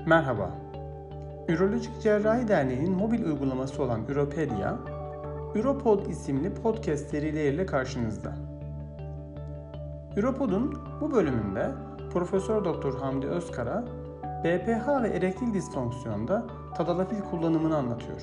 Merhaba. Ürolojik Cerrahi Derneği'nin mobil uygulaması olan Üropedia, Üropod isimli podcast serileriyle karşınızda. Üropod'un bu bölümünde Profesör Doktor Hamdi Özkara, BPH ve erektil disfonksiyonda tadalafil kullanımını anlatıyor.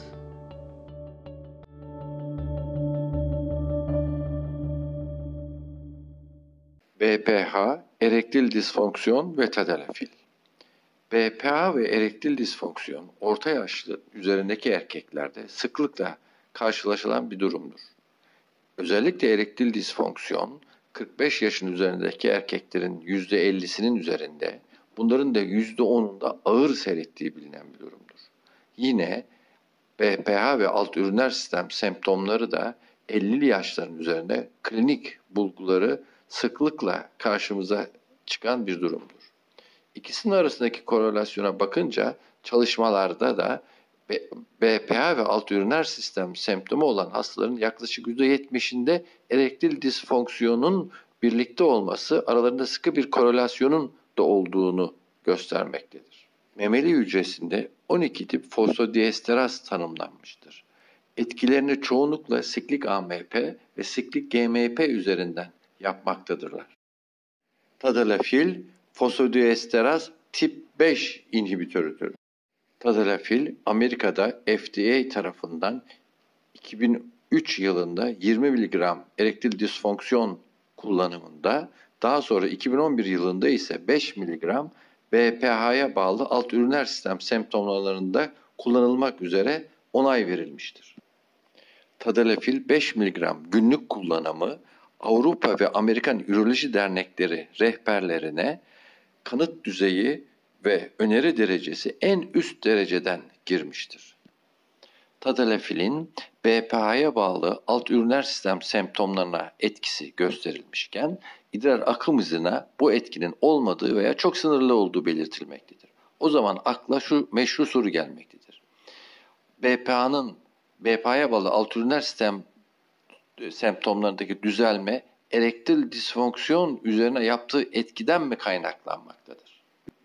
BPH, erektil disfonksiyon ve tadalafil. BPH ve erektil disfonksiyon, orta yaşlı üzerindeki erkeklerde sıklıkla karşılaşılan bir durumdur. Özellikle erektil disfonksiyon, 45 yaşın üzerindeki erkeklerin %50'sinin üzerinde, bunların da %10'unda ağır seyrettiği bilinen bir durumdur. Yine BPH ve alt üriner sistem semptomları da 50'li yaşların üzerinde klinik bulguları sıklıkla karşımıza çıkan bir durumdur. İkisinin arasındaki korelasyona bakınca çalışmalarda da BPH ve alt üriner sistem semptomu olan hastaların yaklaşık %70'inde erektil disfonksiyonun birlikte olması aralarında sıkı bir korelasyonun da olduğunu göstermektedir. Memeli hücresinde 12 tip fosfodiesteraz tanımlanmıştır. Etkilerini çoğunlukla siklik AMP ve siklik GMP üzerinden yapmaktadırlar. Tadalafil, fosfodiesteraz tip 5 inhibitörüdür. Tadalafil, Amerika'da FDA tarafından 2003 yılında 20 mg erektil disfonksiyon kullanımında, daha sonra 2011 yılında ise 5 mg BPH'ya bağlı alt üriner sistem semptomlarında kullanılmak üzere onay verilmiştir. Tadalafil 5 mg günlük kullanımı Avrupa ve Amerikan Üroloji Dernekleri rehberlerine kanıt düzeyi ve öneri derecesi en üst dereceden girmiştir. Tadalafilin BPH'ya bağlı alt üriner sistem semptomlarına etkisi gösterilmişken, idrar akım hızına bu etkinin olmadığı veya çok sınırlı olduğu belirtilmektedir. O zaman akla şu meşru soru gelmektedir. BPH'ya bağlı alt üriner sistem semptomlarındaki düzelme erektil disfonksiyon üzerine yaptığı etkiden mi kaynaklanmaktadır?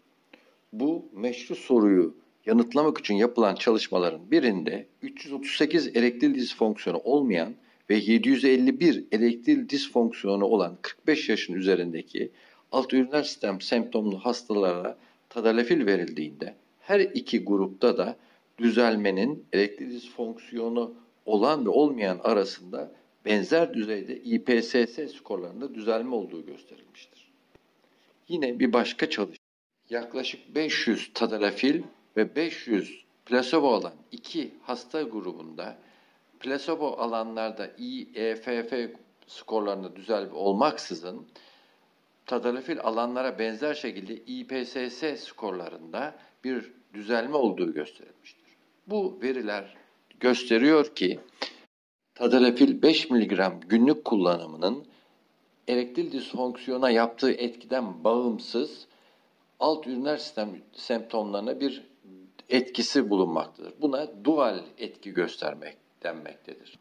Bu meşru soruyu yanıtlamak için yapılan çalışmaların birinde 338 erektil disfonksiyonu olmayan ve 751 erektil disfonksiyonu olan 45 yaşın üzerindeki alt üriner sistem semptomlu hastalara tadalafil verildiğinde her iki grupta da düzelmenin erektil disfonksiyonu olan ve olmayan arasında benzer düzeyde IPSS skorlarında düzelme olduğu gösterilmiştir. Yine bir başka çalışma, yaklaşık 500 tadalafil ve 500 plasebo alan iki hasta grubunda plasebo alanlarda EFF skorlarında düzelme olmaksızın tadalafil alanlara benzer şekilde IPSS skorlarında bir düzelme olduğu gösterilmiştir. Bu veriler gösteriyor ki tadalafil 5 mg günlük kullanımının erektil disfonksiyona yaptığı etkiden bağımsız alt üriner sistem semptomlarına bir etkisi bulunmaktadır. Buna dual etki göstermek denmektedir.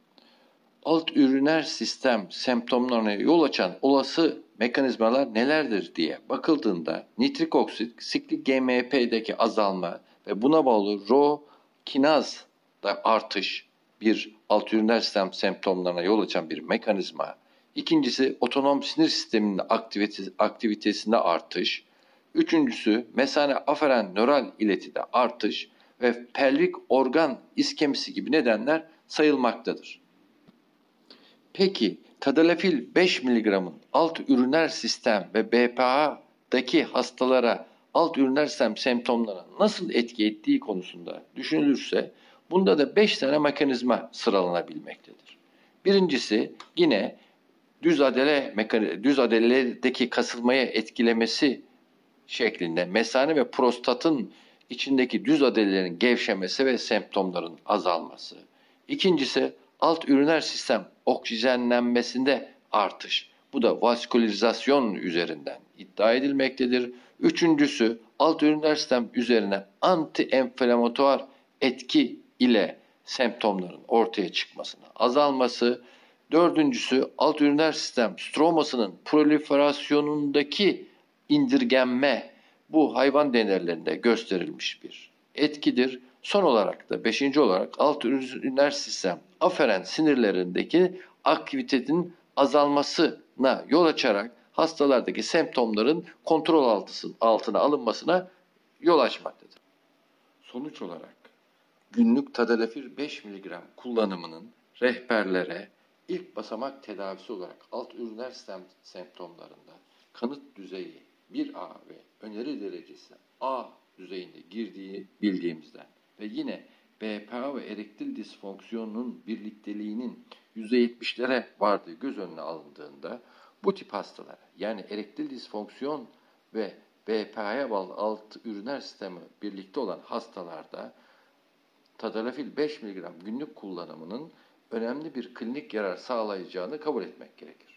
Alt üriner sistem semptomlarına yol açan olası mekanizmalar nelerdir diye bakıldığında nitrik oksit, siklik GMP'deki azalma ve buna bağlı Rho kinaz da artış bir alt üriner sistem semptomlarına yol açan bir mekanizma. İkincisi otonom sinir sisteminin aktivitesinde artış. Üçüncüsü mesane aferen nöral iletide artış ve pelvik organ iskemisi gibi nedenler sayılmaktadır. Peki tadalafil 5 mg'ın alt üriner sistem ve BPH'daki hastalara alt üriner sistem semptomlarına nasıl etki ettiği konusunda düşünülürse bunda da 5 tane mekanizma sıralanabilmektedir. Birincisi yine düz adeledeki kasılmaya etkilemesi şeklinde mesane ve prostatın içindeki düz adelelerin gevşemesi ve semptomların azalması. İkincisi alt üriner sistem oksijenlenmesinde artış. Bu da vaskülarizasyon üzerinden iddia edilmektedir. Üçüncüsü alt üriner sistem üzerine anti-enflamatuar etki ile semptomların ortaya çıkmasına azalması. Dördüncüsü alt üriner sistem stromasının proliferasyonundaki indirgenme Bu hayvan deneylerinde gösterilmiş bir etkidir. Son olarak da 5. olarak alt üriner sistem aferent sinirlerindeki aktivitenin azalmasına yol açarak hastalardaki semptomların kontrol altına alınmasına yol açmaktadır. Sonuç olarak günlük tadalafil 5 mg kullanımının rehberlere ilk basamak tedavisi olarak alt üriner sistem semptomlarında kanıt düzeyi 1A ve öneri derecesi A düzeyinde girdiği bildiğimizden ve yine BPA ve erektil disfonksiyonun birlikteliğinin %70'lere vardığı göz önüne alındığında bu tip hastalara yani erektil disfonksiyon ve BPA'ya bağlı alt üriner sistemi birlikte olan hastalarda tadalafil 5 mg günlük kullanımının önemli bir klinik yarar sağlayacağını kabul etmek gerekir.